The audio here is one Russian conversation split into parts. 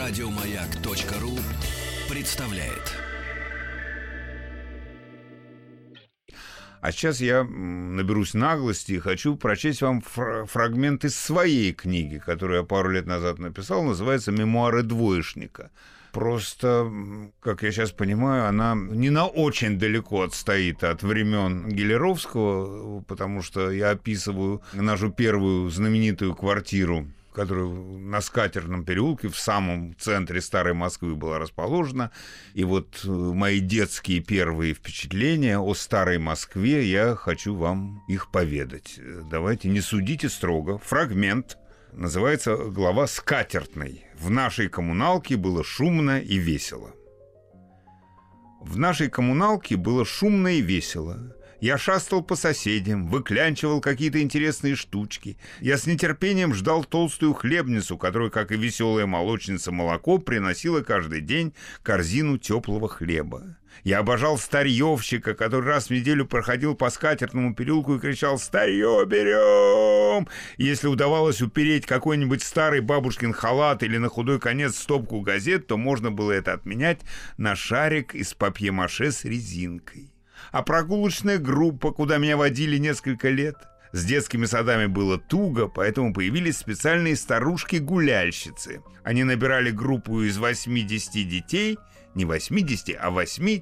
Радиомаяк.ру представляет. А сейчас я наберусь наглости и хочу прочесть вам фрагмент из своей книги, которую я пару лет назад написал, называется «Мемуары двоечника». Просто, как я сейчас понимаю, она не на очень далеко отстоит от времен Гелеровского, потому что я описываю нашу первую знаменитую квартиру, которая на Скатерном переулке в самом центре старой Москвы была расположена. И вот мои детские первые впечатления о старой Москве, я хочу вам их поведать. Давайте, не судите строго. Фрагмент. Называется глава «Скатертной». В нашей коммуналке было шумно и весело. В нашей коммуналке было шумно и весело. Я шастал по соседям, выклянчивал какие-то интересные штучки. Я с нетерпением ждал толстую хлебницу, которая, как и веселая молочница молоко, приносила каждый день корзину теплого хлеба. Я обожал старьевщика, который раз в неделю проходил по Скатертному переулку и кричал «Старье берем!». Если удавалось упереть какой-нибудь старый бабушкин халат или на худой конец стопку газет, то можно было это отменять на шарик из папье-маше с резинкой. А прогулочная группа, куда меня водили несколько лет? С детскими садами было туго, поэтому появились специальные старушки-гуляльщицы. Они набирали группу из 8-10 детей, не 80, а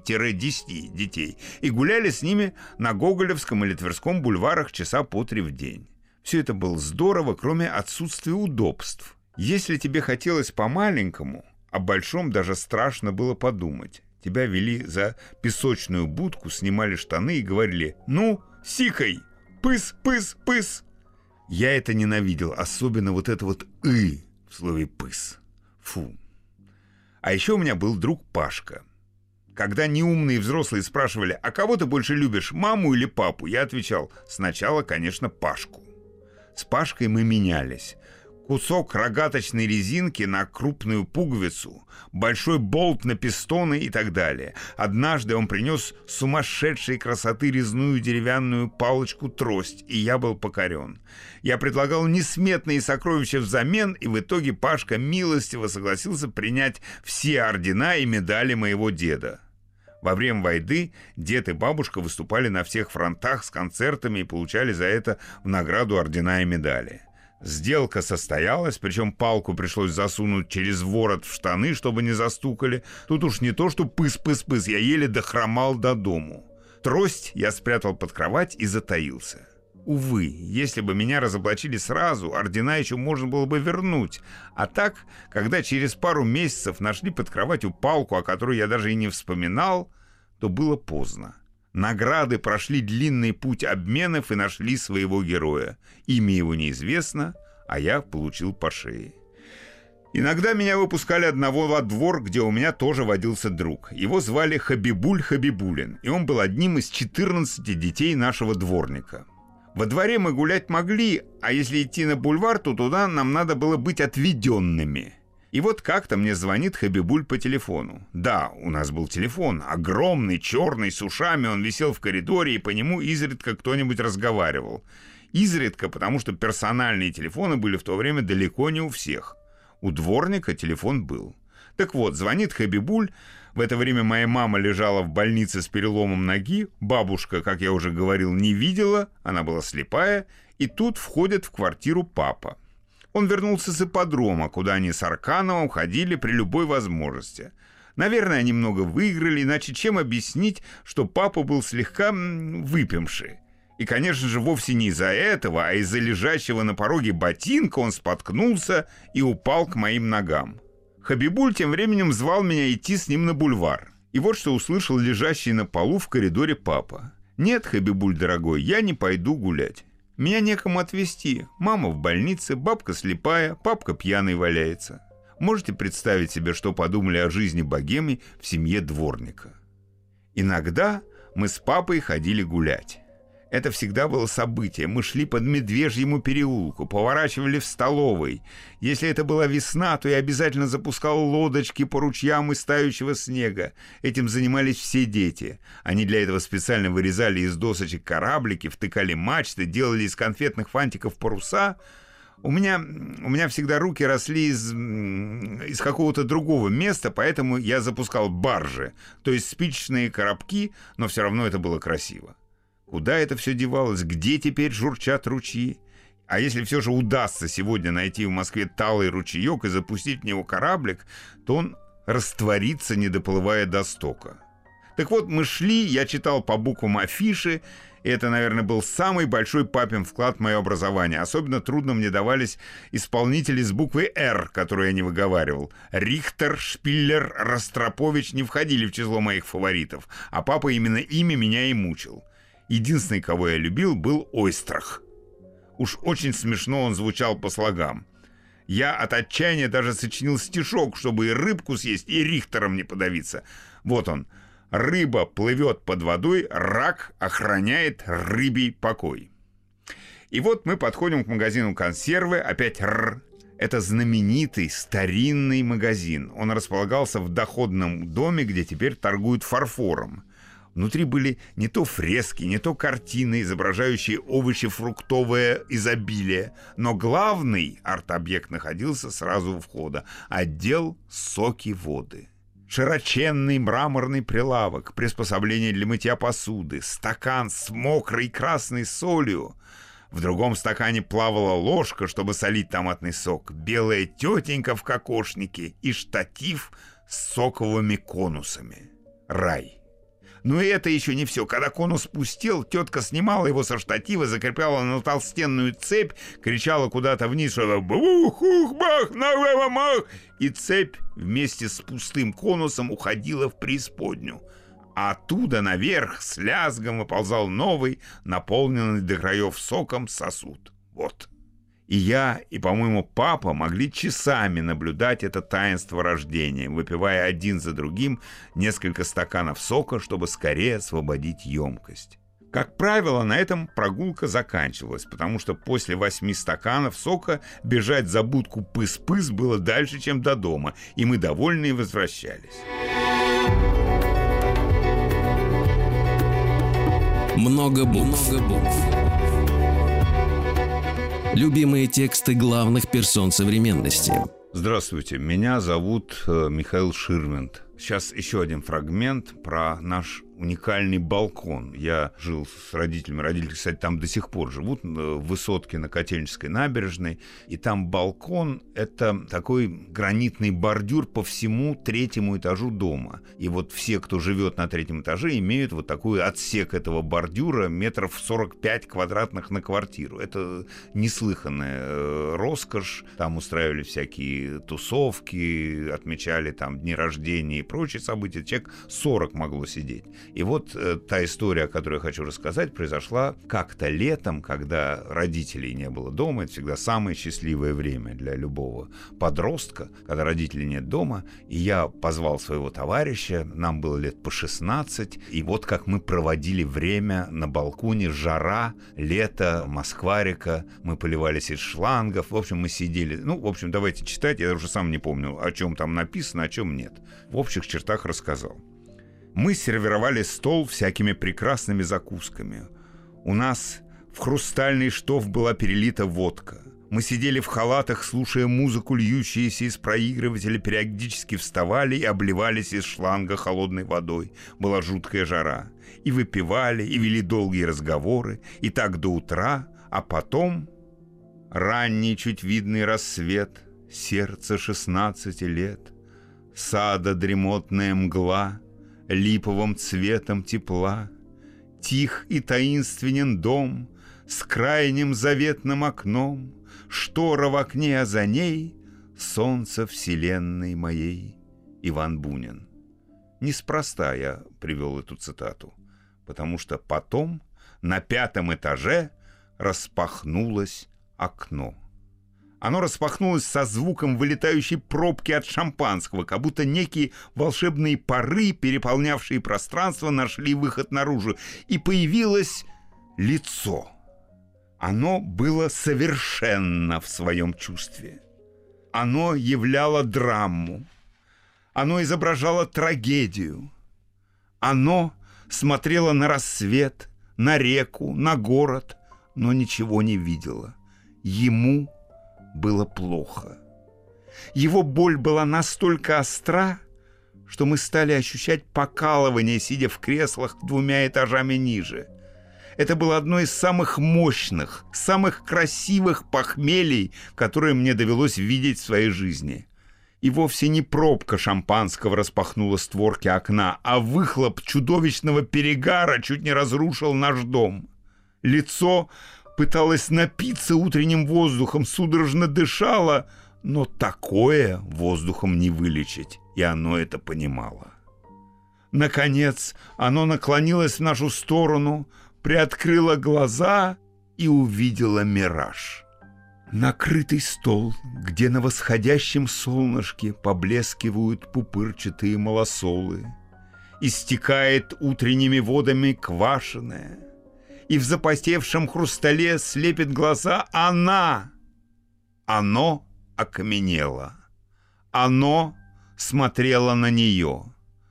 8-10 детей, и гуляли с ними на Гоголевском или Тверском бульварах часа по 3 в день. Все это было здорово, кроме отсутствия удобств. Если тебе хотелось по-маленькому, о большом даже страшно было подумать. Тебя вели за песочную будку, снимали штаны и говорили «Ну, сикай! Пыс, пыс, пыс!». Я это ненавидел, особенно вот это вот «ы» в слове «пыс». Фу. А еще у меня был друг Пашка. Когда неумные взрослые спрашивали «А кого ты больше любишь, маму или папу?», я отвечал «Сначала, конечно, Пашку». С Пашкой мы менялись. Кусок рогаточной резинки на крупную пуговицу, большой болт на пистоны и так далее. Однажды он принес сумасшедшей красоты резную деревянную палочку-трость, и я был покорен. Я предлагал несметные сокровища взамен, и в итоге Пашка милостиво согласился принять все ордена и медали моего деда. Во время войны дед и бабушка выступали на всех фронтах с концертами и получали за это в награду ордена и медали. Сделка состоялась, причем палку пришлось засунуть через ворот в штаны, чтобы не застукали. Тут уж не то, что пыс-пыс-пыс, я еле дохромал до дому. Трость я спрятал под кровать и затаился. Увы, если бы меня разоблачили сразу, ордена еще можно было бы вернуть. А так, когда через пару месяцев нашли под кроватью палку, о которой я даже и не вспоминал, то было поздно. Награды прошли длинный путь обменов и нашли своего героя. Имя его неизвестно, а я получил по шее. Иногда меня выпускали одного во двор, где у меня тоже водился друг. Его звали Хабибуль Хабибулин, и он был одним из 14 детей нашего дворника. Во дворе мы гулять могли, а если идти на бульвар, то туда нам надо было быть отведенными. И вот как-то мне звонит Хабибуль по телефону. Да, у нас был телефон, огромный, черный, с ушами, он висел в коридоре, и по нему изредка кто-нибудь разговаривал. Изредка, потому что персональные телефоны были в то время далеко не у всех. У дворника телефон был. Так вот, звонит Хабибуль. В это время моя мама лежала в больнице с переломом ноги, бабушка, как я уже говорил, не видела, она была слепая, и тут входит в квартиру папа. Он вернулся с ипподрома, куда они с Аркановым ходили при любой возможности. Наверное, они много выиграли, иначе чем объяснить, что папа был слегка выпивший? И, конечно же, вовсе не из-за этого, а из-за лежащего на пороге ботинка он споткнулся и упал к моим ногам. Хабибуль тем временем звал меня идти с ним на бульвар. И вот что услышал лежащий на полу в коридоре папа. «Нет, Хабибуль, дорогой, я не пойду гулять. Меня некому отвезти. Мама в больнице, бабка слепая, папка пьяный валяется». Можете представить себе, что подумали о жизни богемы в семье дворника? Иногда мы с папой ходили гулять. Это всегда было событие. Мы шли под Медвежьему переулку, поворачивали в столовой. Если это была весна, то я обязательно запускал лодочки по ручьям из тающего снега. Этим занимались все дети. Они для этого специально вырезали из досочек кораблики, втыкали мачты, делали из конфетных фантиков паруса. У меня всегда руки росли из какого-то другого места, поэтому я запускал баржи, то есть спичечные коробки, но все равно это было красиво. Куда это все девалось? Где теперь журчат ручьи? А если все же удастся сегодня найти в Москве талый ручеек и запустить в него кораблик, то он растворится, не доплывая до стока. Так вот, мы шли, я читал по буквам афиши, и это, наверное, был самый большой папин вклад в мое образование. Особенно трудно мне давались исполнители с буквы «Р», которую я не выговаривал. Рихтер, Шпиллер, Ростропович не входили в число моих фаворитов, а папа именно ими меня и мучил. Единственный, кого я любил, был Ойстрах. Уж очень смешно он звучал по слогам. Я от отчаяния даже сочинил стишок, чтобы и рыбку съесть, и Рихтером не подавиться. Вот он. Рыба плывет под водой, рак охраняет рыбий покой. И вот мы подходим к магазину консервы, опять «Р». Это знаменитый старинный магазин. Он располагался в доходном доме, где теперь торгуют фарфором. Внутри были не то фрески, не то картины, изображающие овощи-фруктовое изобилие. Но главный арт-объект находился сразу у входа. Отдел «Соки-воды». Широченный мраморный прилавок, приспособление для мытья посуды, стакан с мокрой красной солью. В другом стакане плавала ложка, чтобы солить томатный сок, белая тетенька в кокошнике и штатив с соковыми конусами. Рай. Но и это еще не все. Когда конус пустел, тетка снимала его со штатива, закрепляла на толстенную цепь, кричала куда-то вниз, что «бух-ух-бах, на-ва-мах!» и цепь вместе с пустым конусом уходила в преисподнюю. А оттуда наверх с лязгом выползал новый, наполненный до краев соком сосуд. Вот. И я, и, по-моему, папа могли часами наблюдать это таинство рождения, выпивая один за другим несколько стаканов сока, чтобы скорее освободить емкость. Как правило, на этом прогулка заканчивалась, потому что после 8 стаканов сока бежать за будку пыс-пыс было дальше, чем до дома, и мы довольные возвращались. Много букв. Любимые тексты главных персон современности. Здравствуйте, меня зовут Михаил Ширвинд. Сейчас еще один фрагмент про наш уникальный балкон. Я жил с родителями. Родители, кстати, там до сих пор живут, в высотке на Котельнической набережной. И там балкон — это такой гранитный бордюр по всему 3-му этажу дома. И вот все, кто живет на 3-м этаже, имеют вот такой отсек этого бордюра метров 45 квадратных на квартиру. Это неслыханная роскошь. Там устраивали всякие тусовки, отмечали там дни рождения и прочие события. Человек 40 могло сидеть. И вот та история, о которой я хочу рассказать, произошла как-то летом, когда родителей не было дома. Это всегда самое счастливое время для любого подростка, когда родителей нет дома. И я позвал своего товарища, нам было лет по 16, и вот как мы проводили время на балконе, жара, лето, Москва-река, мы поливались из шлангов. В общем, мы сидели, давайте читать, я уже сам не помню, о чем там написано, о чем нет. В общих чертах рассказал. Мы сервировали стол всякими прекрасными закусками. У нас в хрустальный штоф была перелита водка. Мы сидели в халатах, слушая музыку, льющуюся из проигрывателя, периодически вставали и обливались из шланга холодной водой. Была жуткая жара. И выпивали, и вели долгие разговоры, и так до утра, а потом ранний чуть видный рассвет, сердце 16 лет, сада дремотная мгла, липовым цветом тепла, тих и таинственен дом с крайним заветным окном, штора в окне, а за ней солнце вселенной моей. Иван Бунин. Неспроста я привел эту цитату, потому что потом на 5-м этаже распахнулось окно. Оно распахнулось со звуком вылетающей пробки от шампанского, как будто некие волшебные пары, переполнявшие пространство, нашли выход наружу. И появилось лицо. Оно было совершенно в своем чувстве. Оно являло драму. Оно изображало трагедию. Оно смотрело на рассвет, на реку, на город, но ничего не видело. Ему было плохо. Его боль была настолько остра, что мы стали ощущать покалывание, сидя в креслах 2 этажами ниже. Это было одно из самых мощных, самых красивых похмелий, которые мне довелось видеть в своей жизни. И вовсе не пробка шампанского распахнула створки окна, а выхлоп чудовищного перегара чуть не разрушил наш дом. Лицо пыталось напиться утренним воздухом, судорожно дышало, но такое воздухом не вылечить, и оно это понимало. Наконец, оно наклонилось в нашу сторону, приоткрыло глаза и увидело мираж. Накрытый стол, где на восходящем солнышке поблескивают пупырчатые малосолы, истекает утренними водами квашеная, и в запотевшем хрустале слепит глаза она. Оно окаменело. Оно смотрело на нее.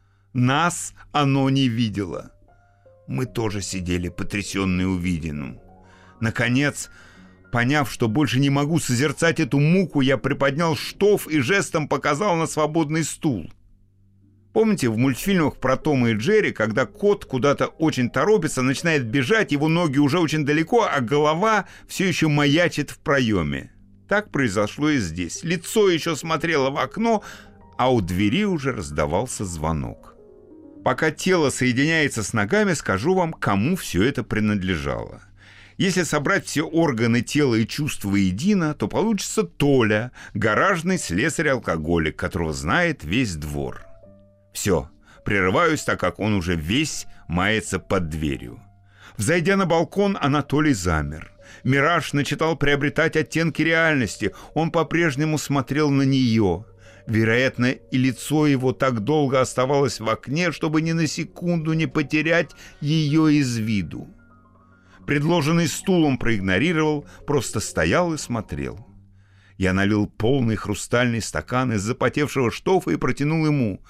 Нас оно не видело. Мы тоже сидели, потрясенные увиденным. Наконец, поняв, что больше не могу созерцать эту муку, я приподнял штоф и жестом показал на свободный стул. Помните, в мультфильмах про Тома и Джерри, когда кот куда-то очень торопится, начинает бежать, его ноги уже очень далеко, а голова все еще маячит в проеме? Так произошло и здесь. Лицо еще смотрело в окно, а у двери уже раздавался звонок. Пока тело соединяется с ногами, скажу вам, кому все это принадлежало. Если собрать все органы тела и чувства воедино, то получится Толя, гаражный слесарь-алкоголик, которого знает весь двор. Все, прерываюсь, так как он уже весь мается под дверью. Взойдя на балкон, Анатолий замер. Мираж начинал приобретать оттенки реальности. Он по-прежнему смотрел на нее. Вероятно, и лицо его так долго оставалось в окне, чтобы ни на секунду не потерять ее из виду. Предложенный стул он проигнорировал, просто стоял и смотрел. Я налил полный хрустальный стакан из запотевшего штофа и протянул ему.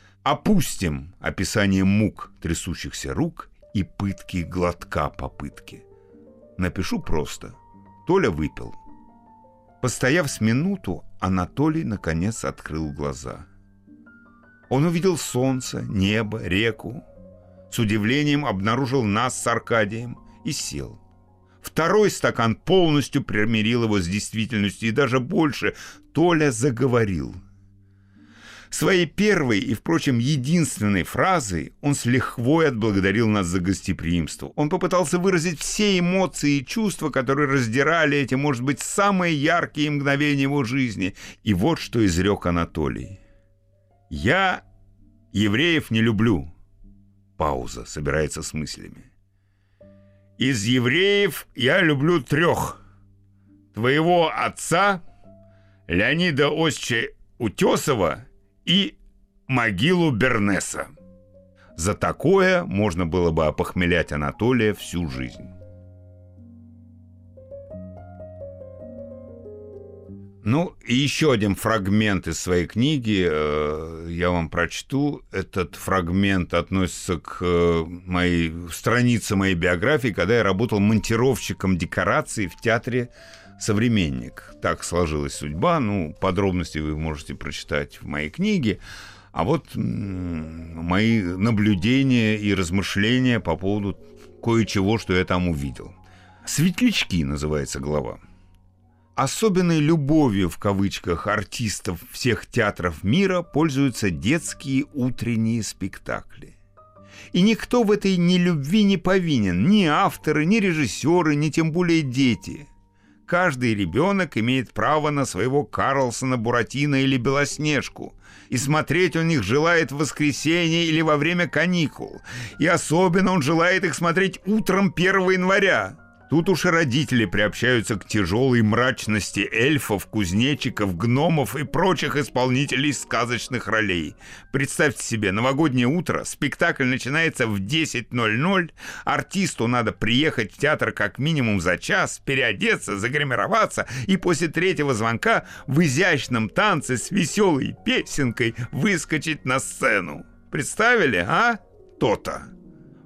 Опустим описание мук трясущихся рук и пытки глотка по пытке. Напишу просто. Толя выпил. Постояв с минуту, Анатолий наконец открыл глаза. Он увидел солнце, небо, реку. С удивлением обнаружил нас с Аркадием и сел. Второй стакан полностью примирил его с действительностью, и даже больше. Толя заговорил. Своей первой и, впрочем, единственной фразой он с лихвой отблагодарил нас за гостеприимство. Он попытался выразить все эмоции и чувства, которые раздирали эти, может быть, самые яркие мгновения его жизни. И вот что изрек Анатолий. «Я евреев не люблю». Пауза, собирается с мыслями. «Из евреев я люблю 3. Твоего отца, Леонида Осича Утесова, и могилу Бернеса». За такое можно было бы опохмелять Анатолия всю жизнь. Ну, и еще один фрагмент из своей книги я вам прочту. Этот фрагмент относится к странице моей биографии, когда я работал монтировщиком декораций в театре «Современник». Так сложилась судьба. Ну, подробности вы можете прочитать в моей книге. А вот мои наблюдения и размышления по поводу кое-чего, что я там увидел. «Светлячки» называется глава. Особенной любовью, в кавычках, артистов всех театров мира пользуются детские утренние спектакли. И никто в этой нелюбви не повинен, ни авторы, ни режиссеры, ни тем более дети. Каждый ребенок имеет право на своего Карлсона, Буратино или Белоснежку, и смотреть он их желает в воскресенье или во время каникул, и особенно он желает их смотреть утром 1 января. Тут уж и родители приобщаются к тяжелой мрачности эльфов, кузнечиков, гномов и прочих исполнителей сказочных ролей. Представьте себе, новогоднее утро, спектакль начинается в 10:00, артисту надо приехать в театр как минимум за час, переодеться, загримироваться и после 3-го звонка в изящном танце с веселой песенкой выскочить на сцену. Представили, а? То-то.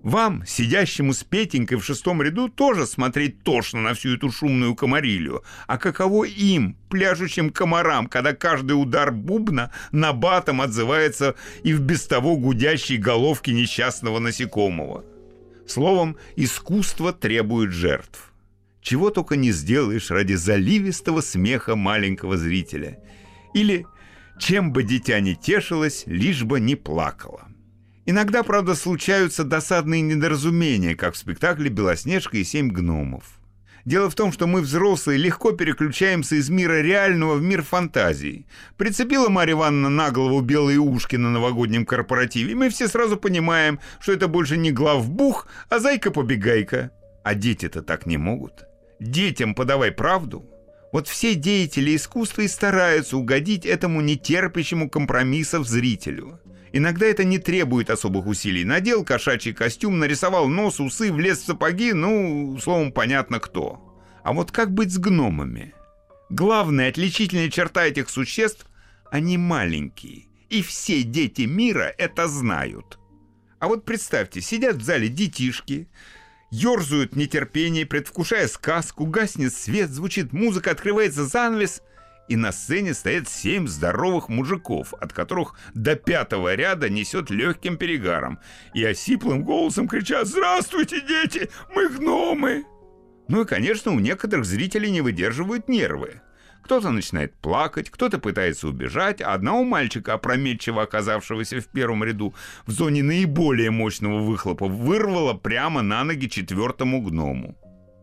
Вам, сидящему с Петенькой в 6-м ряду, тоже смотреть тошно на всю эту шумную комарилью. А каково им, пляшущим комарам, когда каждый удар бубна набатом отзывается и в без того гудящей головке несчастного насекомого? Словом, искусство требует жертв. Чего только не сделаешь ради заливистого смеха маленького зрителя. Или чем бы дитя не тешилось, лишь бы не плакало. Иногда, правда, случаются досадные недоразумения, как в спектакле «Белоснежка и 7 гномов». Дело в том, что мы, взрослые, легко переключаемся из мира реального в мир фантазии. Прицепила Марья Ивановна на голову белые ушки на новогоднем корпоративе, и мы все сразу понимаем, что это больше не главбух, а зайка-побегайка. А дети-то так не могут. Детям подавай правду. Вот все деятели искусства и стараются угодить этому нетерпящему компромиссов зрителю. Иногда это не требует особых усилий. Надел кошачий костюм, нарисовал нос, усы, влез в сапоги, словом, понятно кто. А вот как быть с гномами? Главная отличительная черта этих существ – они маленькие. И все дети мира это знают. А вот представьте, сидят в зале детишки, ерзают в нетерпении, предвкушая сказку, гаснет свет, звучит музыка, открывается занавес – и на сцене стоят 7 здоровых мужиков, от которых до 5-го ряда несет легким перегаром, и осиплым голосом кричат: «Здравствуйте, дети, мы гномы!» Ну и, конечно, у некоторых зрителей не выдерживают нервы. Кто-то начинает плакать, кто-то пытается убежать, а одного мальчика, опрометчиво оказавшегося в 1-м ряду, в зоне наиболее мощного выхлопа, вырвало прямо на ноги 4-му гному.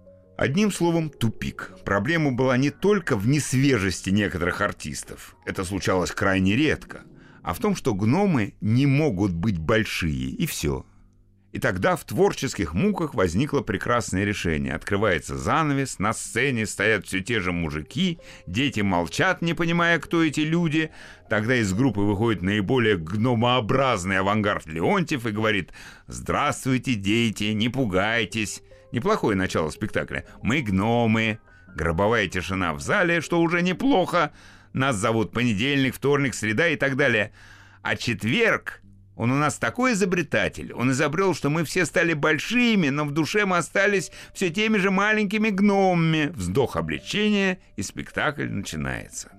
Одним словом, тупик. Проблема была не только в несвежести некоторых артистов, это случалось крайне редко, а в том, что гномы не могут быть большие, и все. И тогда в творческих муках возникло прекрасное решение. Открывается занавес, на сцене стоят все те же мужики, дети молчат, не понимая, кто эти люди. Тогда из группы выходит наиболее гномообразный авангард Леонтьев и говорит: «Здравствуйте, дети, не пугайтесь». Неплохое начало спектакля. «Мы гномы». Гробовая тишина в зале, что уже неплохо. Нас зовут понедельник, вторник, среда и так далее. А четверг, он у нас такой изобретатель. Он изобрел, что мы все стали большими, но в душе мы остались все теми же маленькими гномами. Вздох облегчения, и спектакль начинается.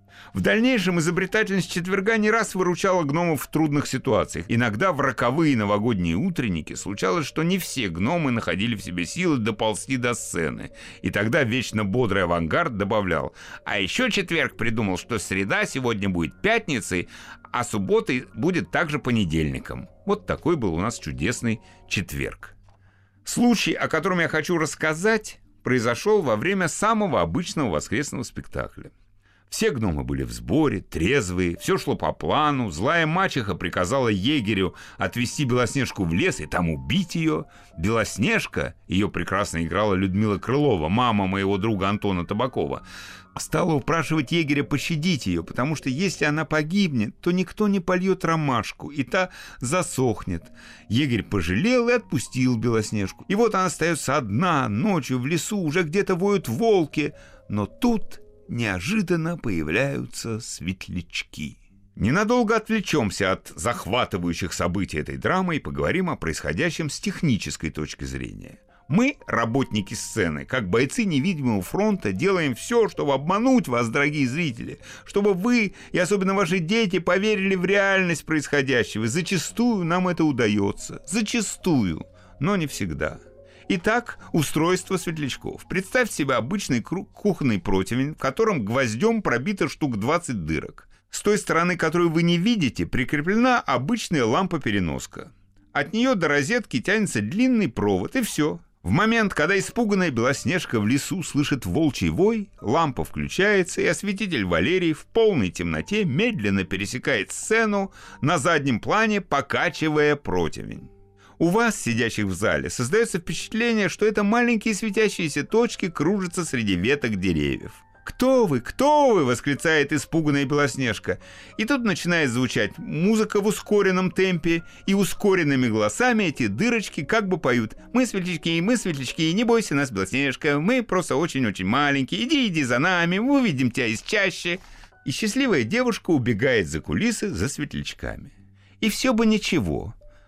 В дальнейшем изобретательность четверга не раз выручала гномов в трудных ситуациях. Иногда в роковые новогодние утренники случалось, что не все гномы находили в себе силы доползти до сцены. И тогда вечно бодрый авангард добавлял: «А еще четверг придумал, что среда сегодня будет пятницей, а суббота будет также понедельником». Вот такой был у нас чудесный четверг. Случай, о котором я хочу рассказать, произошел во время самого обычного воскресного спектакля. Все гномы были в сборе, трезвые, все шло по плану. Злая мачеха приказала егерю отвезти Белоснежку в лес и там убить ее. Белоснежка, ее прекрасно играла Людмила Крылова, мама моего друга Антона Табакова, стала упрашивать егеря пощадить ее, потому что если она погибнет, то никто не польет ромашку, и та засохнет. Егерь пожалел и отпустил Белоснежку. И вот она остается одна, ночью в лесу, уже где-то воют волки. Но тут неожиданно появляются светлячки. Ненадолго отвлечемся от захватывающих событий этой драмы и поговорим о происходящем с технической точки зрения. Мы, работники сцены, как бойцы невидимого фронта, делаем все, чтобы обмануть вас, дорогие зрители, чтобы вы, и особенно ваши дети, поверили в реальность происходящего. Зачастую нам это удается. Зачастую, но не всегда. Итак, устройство светлячков. Представьте себе обычный кухонный противень, в котором гвоздем пробито штук 20 дырок. С той стороны, которую вы не видите, прикреплена обычная лампа-переноска. От нее до розетки тянется длинный провод, и все. В момент, когда испуганная Белоснежка в лесу слышит волчий вой, лампа включается, и осветитель Валерий в полной темноте медленно пересекает сцену, на заднем плане покачивая противень. У вас, сидящих в зале, создается впечатление, что это маленькие светящиеся точки кружатся среди веток деревьев. «Кто вы? Кто вы?» — восклицает испуганная Белоснежка. И тут начинает звучать музыка в ускоренном темпе, и ускоренными голосами эти дырочки как бы поют: мы светлячки, не бойся нас, Белоснежка, мы просто очень-очень маленькие, иди за нами, мы увидим тебя из чащи». И счастливая девушка убегает за кулисы за светлячками. И все бы ничего.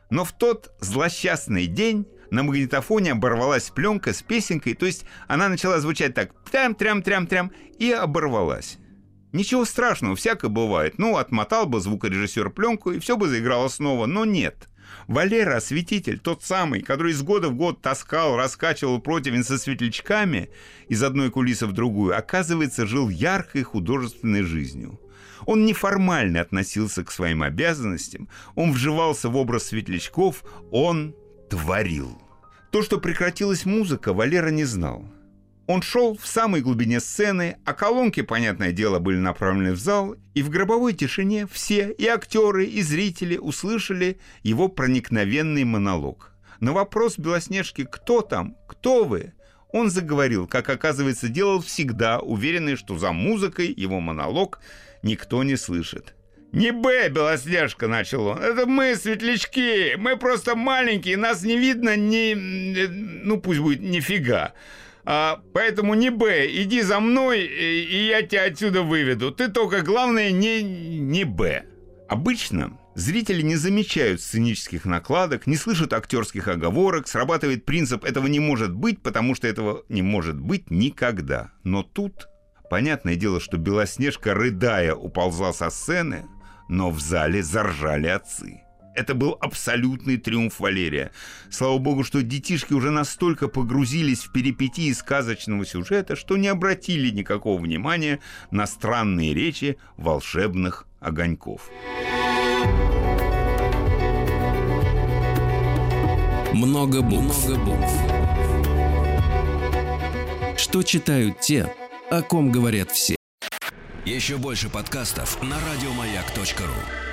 Но в тот злосчастный день на магнитофоне оборвалась пленка с песенкой, то есть она начала звучать так трям-трям-трям-трям и оборвалась. Ничего страшного, всякое бывает. Отмотал бы звукорежиссер пленку, и все бы заиграло снова, но нет. Валера, осветитель, тот самый, который из года в год таскал, раскачивал противень со светлячками из одной кулисы в другую, оказывается, жил яркой художественной жизнью. Он неформально относился к своим обязанностям, он вживался в образ светлячков, он творил. То, что прекратилась музыка, Валера не знал. Он шел в самой глубине сцены, а колонки, понятное дело, были направлены в зал, и в гробовой тишине все, и актеры, и зрители, услышали его проникновенный монолог. На вопрос Белоснежки «Кто там? Кто вы?» он заговорил, как, оказывается, делал всегда, уверенный, что за музыкой его монолог никто не слышит. «Не Б, Белоснежка!» — начал он. «Это мы, светлячки! Мы просто маленькие, нас не видно пусть будет нифига. Поэтому не Б, иди за мной, и я тебя отсюда выведу. Ты только, главное, не Б». Обычно зрители не замечают сценических накладок, не слышат актерских оговорок, срабатывает принцип «этого не может быть», потому что этого не может быть никогда. Но тут, понятное дело, что Белоснежка, рыдая, уползла со сцены, но в зале заржали отцы. Это был абсолютный триумф Валерия. Слава богу, что детишки уже настолько погрузились в перипетии сказочного сюжета, что не обратили никакого внимания на странные речи волшебных огоньков. Много букв. Что читают те, о ком говорят все. Еще больше подкастов на радиомаяк.ру.